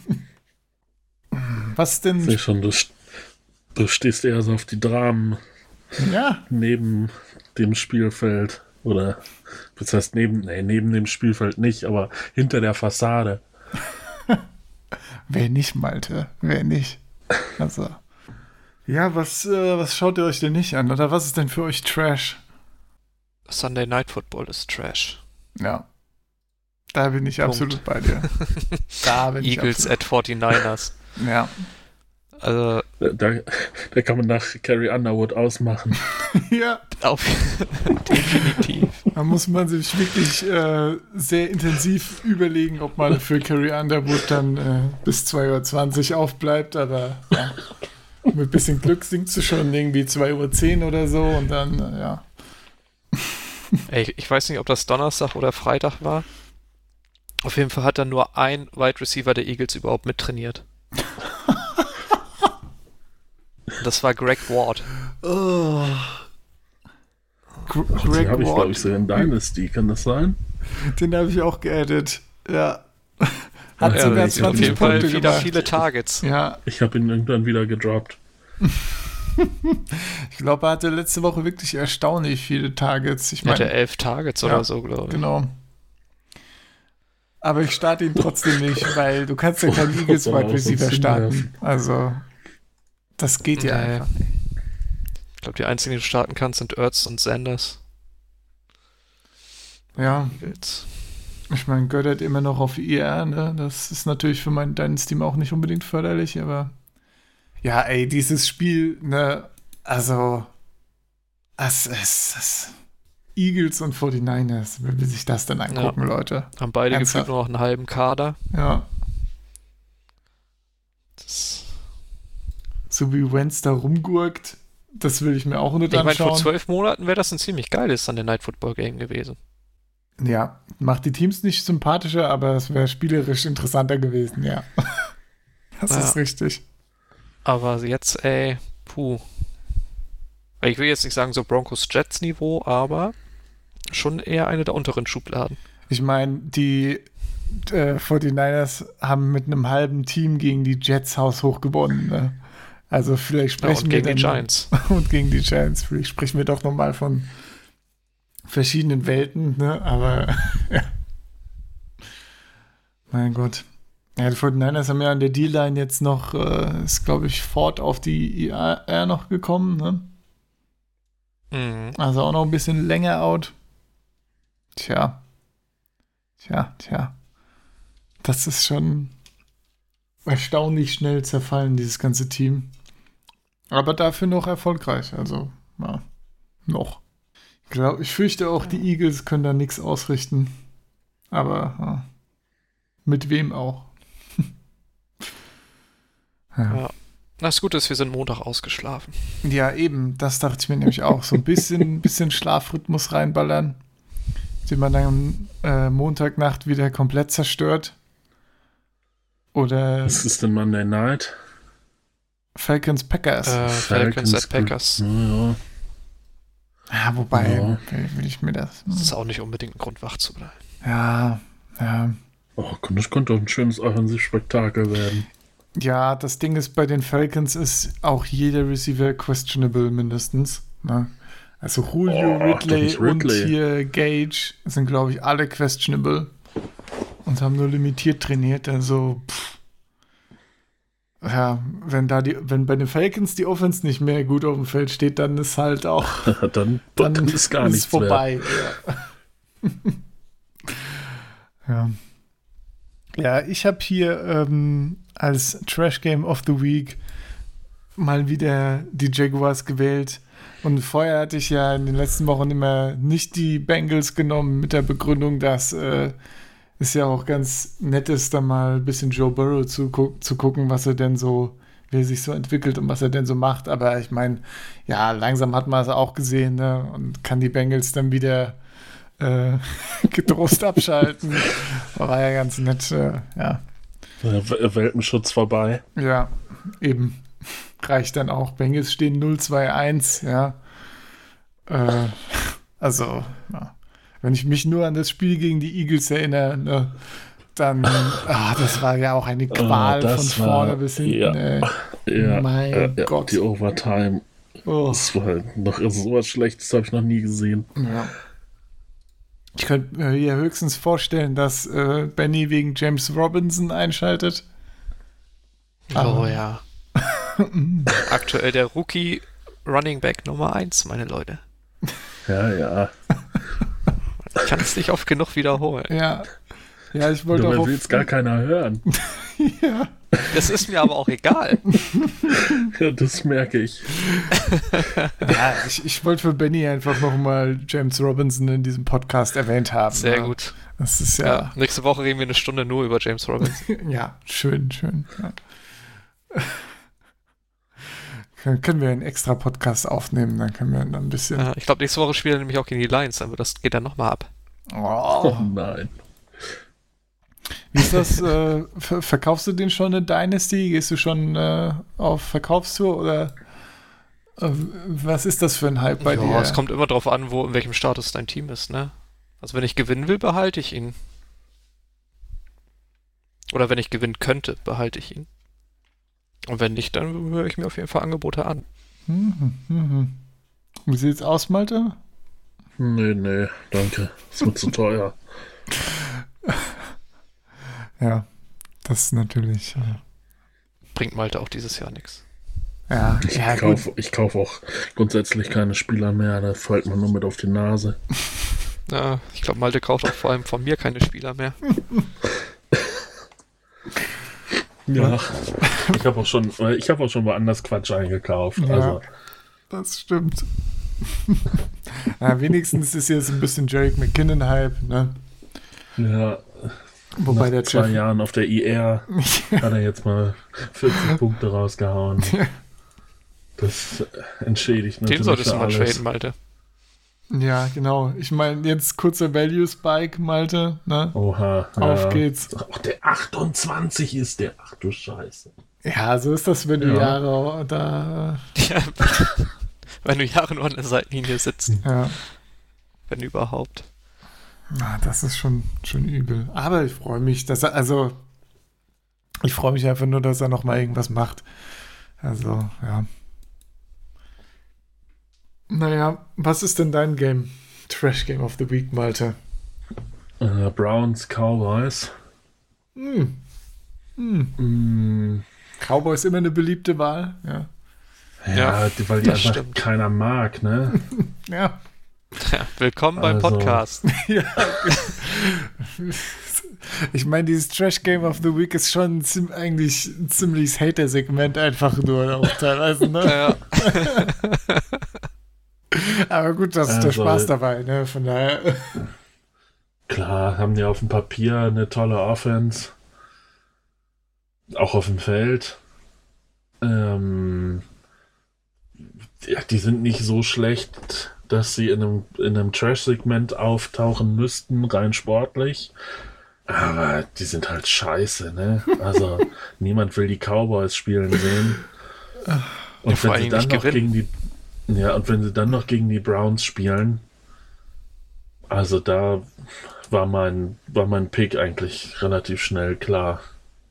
Was Ich denn? sehe schon, du, st- du stehst eher so auf die Dramen Ja, neben dem Spielfeld. Oder, das heißt neben, nee, neben dem Spielfeld nicht, aber hinter der Fassade. wer nicht, Malte? Wer nicht? Also. Ja, was, äh, was schaut ihr euch denn nicht an? Oder was ist denn für euch Trash? Sunday Night Football ist Trash. Ja. Da bin ich Punkt. absolut bei dir. Da bin Eagles ich at forty-niners. absolut. Ja. Also, Da, da kann man nach Carrie Underwood ausmachen. Ja, auf definitiv. da muss man sich wirklich äh, sehr intensiv überlegen, ob man für Carrie Underwood dann äh, bis zwei Uhr zwanzig aufbleibt, aber ja. Mit ein bisschen Glück singst du schon irgendwie zwei Uhr zehn oder so und dann, äh, ja. Ey, ich weiß nicht, ob das Donnerstag oder Freitag war. Auf jeden Fall hat dann nur ein Wide Receiver der Eagles überhaupt mittrainiert. Das war Greg Ward. Oh. Gr Ach, den Greg habe ich, glaube Ward, ich, so in Dynasty. Kann das sein? den habe ich auch geaddet. Ja. Hat Ja, sogar das ist auf zwanzig jeden Fall Punkte wieder gemacht. viele Targets. Ja, Ich habe ihn irgendwann wieder gedroppt. ich glaube, er hatte letzte Woche wirklich erstaunlich viele Targets. Ich Ich hatte meine, elf Targets Ja, oder so, glaube ich. genau. Aber ich starte ihn trotzdem nicht, weil du kannst ja keinen Eagles Wide Receiver starten. Also, das geht ja Nee. einfach. Ich glaube, die einzigen, die du starten kannst, sind Ertz und Sanders. Ja, Eagles. ich meine, Goddard immer noch auf I R, ne? Das ist natürlich für meinen Dynasty auch nicht unbedingt förderlich, aber ja, ey, dieses Spiel, ne, also es ist Eagles und forty-niners, wer will sich das denn angucken, Ja. Leute? Haben beide Ernsthaft? gefühlt nur noch einen halben Kader. Ja, Das, so wie Wentz da rumgurkt, das will ich mir auch nicht ich meine, vor anschauen. zwölf Monaten wäre das ein ziemlich geiles Sunday Night Football Game gewesen. Ja, macht die Teams nicht sympathischer, aber es wäre spielerisch interessanter gewesen, ja. Das Ja. ist richtig. Aber jetzt, ey, puh. Ich will jetzt nicht sagen so Broncos-Jets-Niveau, aber schon eher eine der unteren Schubladen. Ich meine, die äh, forty-niners haben mit einem halben Team gegen die Jets haushoch gewonnen. Ne? Also vielleicht Ja, sprechen und wir gegen die dann Giants. und gegen die Giants. Vielleicht sprechen wir doch nochmal von verschiedenen Welten. Ne? Aber ja. Mein Gott. Ja, die forty-niners haben ja an der D-Line jetzt noch, äh, ist glaube ich, Ford auf die I R noch gekommen. Ne? Mhm. Also auch noch ein bisschen länger out. Tja. Tja, tja. Das ist schon erstaunlich schnell zerfallen, dieses ganze Team. Aber dafür noch erfolgreich. Also, ja, noch. Ich glaube, ich fürchte auch, die Eagles können da nichts ausrichten. Aber ja, mit wem auch. ja. Ja. Das Gute ist, wir sind Montag ausgeschlafen. Ja, eben, das dachte ich mir nämlich auch. So ein bisschen, bisschen Schlafrhythmus reinballern, den man dann äh, Montagnacht wieder komplett zerstört. Oder Was ist denn Monday Night? Falcons Packers. Äh, Falcons at Packers. Ja, ja. ja, wobei, ja. will, will ich mir das. Das ist auch nicht unbedingt ein Grund, wach zu bleiben. Ja, ja. Oh, das könnte doch ein schönes Offensivspektakel werden. Ja, das Ding ist, bei den Falcons ist auch jeder Receiver questionable mindestens. Ne? Also Julio, Oh, Ridley, Dennis Ridley. und hier Gage sind, glaube ich, alle questionable und haben nur limitiert trainiert. Also, pff. Ja, wenn da die, wenn bei den Falcons die Offense nicht mehr gut auf dem Feld steht, dann ist halt auch dann, dann, dann ist gar ist nichts vorbei. Ja. ja. Ja, ich habe hier ähm, als Trash Game of the Week mal wieder die Jaguars gewählt. Und vorher hatte ich ja in den letzten Wochen immer nicht die Bengals genommen mit der Begründung, dass äh, es ja auch ganz nett ist, da mal ein bisschen Joe Burrow zu, gu- zu gucken, was er denn so, wie er sich so entwickelt und was er denn so macht. Aber ich meine, ja, langsam hat man es auch gesehen, ne? Und kann die Bengals dann wieder äh, getrost abschalten. War ja ganz nett, äh, ja. mehr. Welpenschutz vorbei. Ja, eben. Reicht dann auch. Bengals stehen null zwei eins, ja. Äh, also, ja. Wenn ich mich nur an das Spiel gegen die Eagles erinnere, ne, dann, ah, das war ja auch eine Qual Ah, von das war- vorne bis hinten, ja. ey. Ja, Mein äh, ja, Gott. die Overtime. Oh. Das war halt noch so was Schlechtes, habe ich noch nie gesehen. Ja. Ich könnte mir hier höchstens vorstellen, dass äh, Benny wegen James Robinson einschaltet. Oh Ah. ja. Aktuell der Rookie Running Back Nummer eins, meine Leute. Ja, ja. Ich kann es nicht oft genug wiederholen. Ja. Ja, ich wollte Dabei auch will es gar keiner hören. ja. Das ist mir aber auch egal. Ja, das merke ich. Ja, ich, ich wollte für Benny einfach nochmal James Robinson in diesem Podcast erwähnt haben. Sehr ja. gut. Das ist Ja. ja, Nächste Woche reden wir eine Stunde nur über James Robinson. ja, schön, schön. Ja. Können, können wir einen extra Podcast aufnehmen, dann können wir dann ein bisschen. Ja, ich glaube, nächste Woche spielen wir nämlich auch gegen die Lions, aber das geht dann nochmal ab. Oh Oh. nein. Wie ist das? Äh, ver verkaufst du den schon in Dynasty? Gehst du schon äh, auf Verkaufstour oder äh, was ist das für ein Hype bei ja, dir? es kommt immer drauf an, wo, in welchem Status dein Team ist, ne? Also wenn ich gewinnen will, behalte ich ihn. Oder wenn ich gewinnen könnte, behalte ich ihn. Und wenn nicht, dann höre ich mir auf jeden Fall Angebote an. Mhm, mhm. Wie sieht's aus, Malte? Nee, nee, danke. Ist mir zu teuer. Ja, das ist natürlich. Äh, Bringt Malte auch dieses Jahr nichts. ja, Ich ja, kaufe ich kauf auch grundsätzlich keine Spieler mehr, da fällt man nur mit auf die Nase. Ja, ich glaube, Malte kauft auch vor allem von mir keine Spieler mehr. Ja, ich habe auch schon, ich habe auch schon woanders Quatsch eingekauft. Ja. Also, das stimmt. Ja, wenigstens ist jetzt ein bisschen Jerick McKinnon-Hype, ne? ja, Wobei nach der zwei Jeff. Jahren auf der I R hat er jetzt mal vierzig Punkte rausgehauen. Das entschädigt natürlich Den solltest für du mal alles. traden, Malte. Ja, genau. Ich meine, jetzt kurzer Value-Spike, Malte, ne? Oha. Auf ja. geht's. Ach, der achtundzwanzig ist der. Ach du Scheiße. Ja, so ist das, wenn du Ja. Jahre da. Ja, wenn du Jahre nur an der Seitenlinie sitzt, Ja. wenn überhaupt. Na, das ist schon, schon übel. Aber ich freue mich, dass er, also, ich freue mich einfach nur, dass er noch mal irgendwas macht. Also, ja. Naja, was ist denn dein Game? Trash Game of the Week, Malte. Äh, Browns, Cowboys. Hm. Hm. Mm, Cowboys immer eine beliebte Wahl, ja. ja, Ja, die, weil die das einfach stimmt. keiner mag, ne? Ja. Ja, willkommen beim Also- Podcast. Ja. Ich meine, dieses Trash Game of the Week ist schon ziem- eigentlich ein ziemliches Hater-Segment einfach nur auch teilweise, ne? Ja. Aber gut, das ist der Also- Spaß dabei, ne? Von daher. Klar, haben die auf dem Papier eine tolle Offense. Auch auf dem Feld. Ähm, ja, die sind nicht so schlecht, dass sie in einem, in einem Trash-Segment auftauchen müssten, rein sportlich. Aber die sind halt scheiße, ne? Also niemand will die Cowboys spielen sehen. Und vor wenn allen sie Dingen dann nicht noch gewinnen. gegen die Ja, und wenn sie dann noch gegen die Browns spielen, also da war mein, war mein Pick eigentlich relativ schnell klar.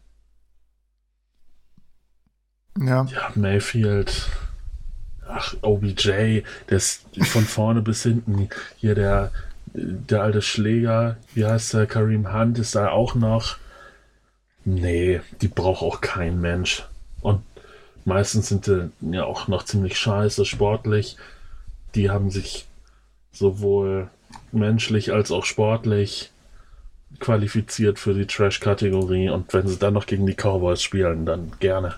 Ja. Ja, Mayfield, ach, O B J, der ist von vorne bis hinten. Hier der, der alte Schläger, wie heißt der, Kareem Hunt, ist da auch noch. Nee, die braucht auch kein Mensch. Und meistens sind die ja auch noch ziemlich scheiße sportlich. Die haben sich sowohl menschlich als auch sportlich qualifiziert für die Trash-Kategorie. Und wenn sie dann noch gegen die Cowboys spielen, dann gerne.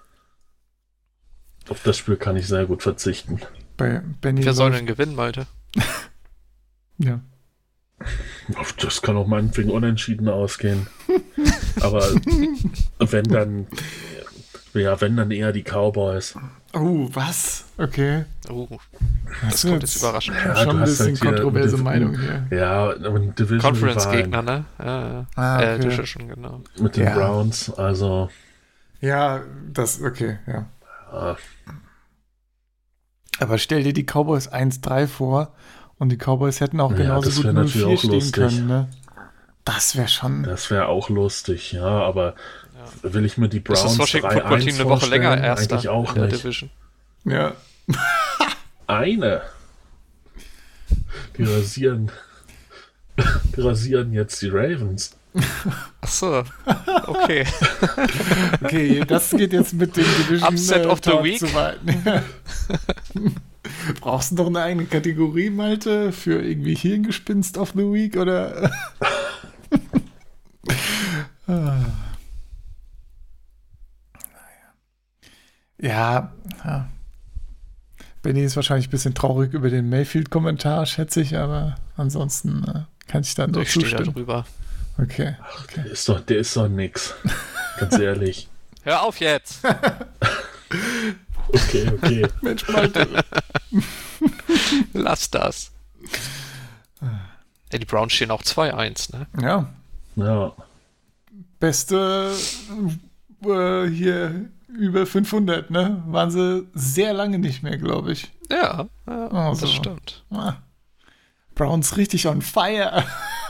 Auf das Spiel kann ich sehr gut verzichten. Bei Benny. Wer soll läuft- denn gewinnen, Malte? Ja. Auf das kann auch meinetwegen unentschieden ausgehen. Aber wenn dann, ja, wenn dann eher die Cowboys. Oh, was? Okay. Oh, Das das kommt jetzt überraschend. Ja, Schon du ein hast bisschen halt hier kontroverse mit- Meinung hier. Ja, aber Division Conference-Gegner, ne? Ja, ja. Ah, Äh, okay. Division, genau. mit den Ja. Browns, also Ja, das, okay, ja. ja, Aber stell dir die Cowboys eins drei vor und die Cowboys hätten auch Ja, genauso das gut wär null natürlich vier auch stehen lustig. können, ne? Das wäre schon. das wäre auch lustig, ja, aber will ich mir die Das Browns ist Washington drei Football Team eins eine Woche länger vorstellen? Erster Eigentlich auch in der nicht. Division. Ja. Eine. Die rasieren, die rasieren jetzt die Ravens. Achso, okay. Okay, das geht jetzt mit dem Division Upset äh, of the Talk Week. zu weit. Brauchst du noch eine eigene Kategorie, Malte, für irgendwie Hirngespinst of the Week oder? Ah. Ja, ja. Benny ist wahrscheinlich ein bisschen traurig über den Mayfield-Kommentar, schätze ich, aber ansonsten äh, kann ich dann doch Ich stehe da zustimmen. drüber. Okay. Der ist doch, der ist doch nix. Ganz ehrlich. Hör auf jetzt! Okay, okay. Mensch, Malte. Lass das. Ja, die Browns stehen auch zwei eins, ne? Ja, Ja. beste äh, hier über fünfhundert, ne? Waren sie sehr lange nicht mehr, glaube ich. Ja, ja Also. das stimmt. Ah. Browns richtig on fire.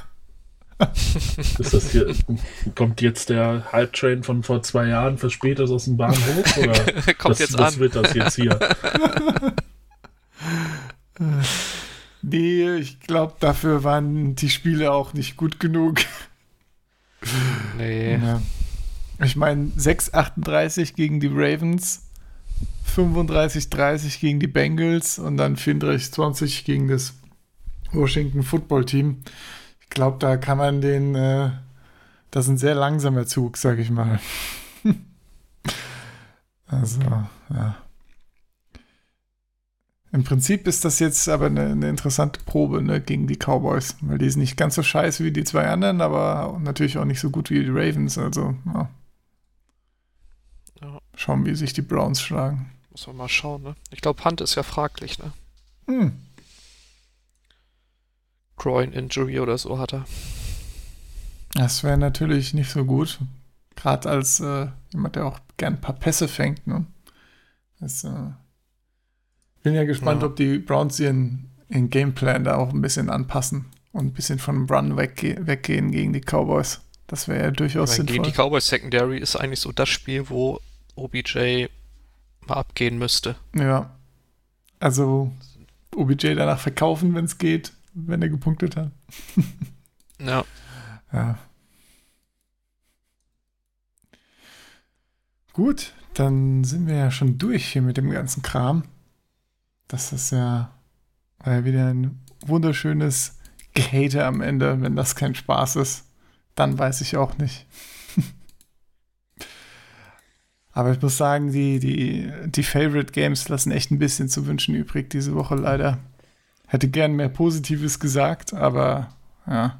Ist das hier, kommt jetzt der Hype-Train von vor zwei Jahren verspätet aus dem Bahnhof? Oder Kommt das, jetzt das an. wird das jetzt hier? Nee, ich glaube, dafür waren die Spiele auch nicht gut genug. nee. Ja. Ich meine, sechs achtunddreißig gegen die Ravens, fünfunddreißig dreißig gegen die Bengals und dann vierunddreißig zwanzig gegen das Washington Football Team. Ich glaube, da kann man den, äh, das ist ein sehr langsamer Zug, sag ich mal. Also, ja. Im Prinzip ist das jetzt aber eine, eine interessante Probe, ne, gegen die Cowboys, weil die sind nicht ganz so scheiße wie die zwei anderen, aber natürlich auch nicht so gut wie die Ravens, also ja. Ja. Schauen, wie sich die Browns schlagen. Muss man mal schauen, ne? Ich glaube, Hunt ist ja fraglich, ne? Hm. Groin-Injury oder so hat er. Das wäre natürlich nicht so gut, gerade als äh, jemand, der auch gern ein paar Pässe fängt, ne? Das, äh bin ja gespannt, Ja. ob die Browns ihren, ihren Gameplan da auch ein bisschen anpassen und ein bisschen von dem Run wegge- weggehen gegen die Cowboys. Das wäre ja durchaus Weil sinnvoll. gegen die Cowboys Secondary ist eigentlich so das Spiel, wo O B J mal abgehen müsste. Ja. Also O B J danach verkaufen, wenn es geht, wenn er gepunktet hat. Ja. Ja. Gut, dann sind wir ja schon durch hier mit dem ganzen Kram. Das ist ja, war ja wieder ein wunderschönes Gehate am Ende. Wenn das kein Spaß ist, dann weiß ich auch nicht. Aber ich muss sagen, die, die, die Favorite Games lassen echt ein bisschen zu wünschen übrig diese Woche leider. Hätte gern mehr Positives gesagt, aber ja.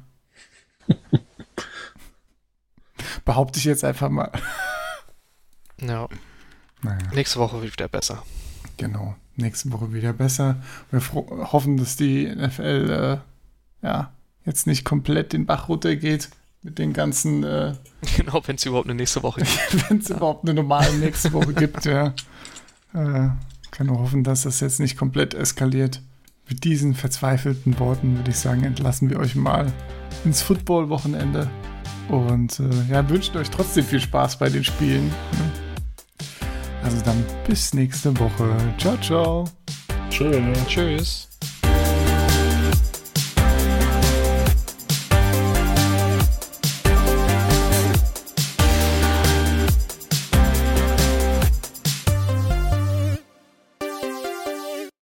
Behaupte ich jetzt einfach mal. Ja. Naja. Nächste Woche wird wieder besser. Genau, nächste Woche wieder besser. Wir fro- hoffen, dass die N F L äh, ja, jetzt nicht komplett den Bach runtergeht mit den ganzen, äh, Genau, wenn es überhaupt eine nächste Woche gibt. wenn es ja. überhaupt eine normale nächste Woche gibt. Ja. Äh, kann nur hoffen, dass das jetzt nicht komplett eskaliert. Mit diesen verzweifelten Worten würde ich sagen, entlassen wir euch mal ins Football-Wochenende und äh, ja, wünschen euch trotzdem viel Spaß bei den Spielen. Ne? Also dann bis nächste Woche. Ciao, ciao. Tschüss. Tschüss.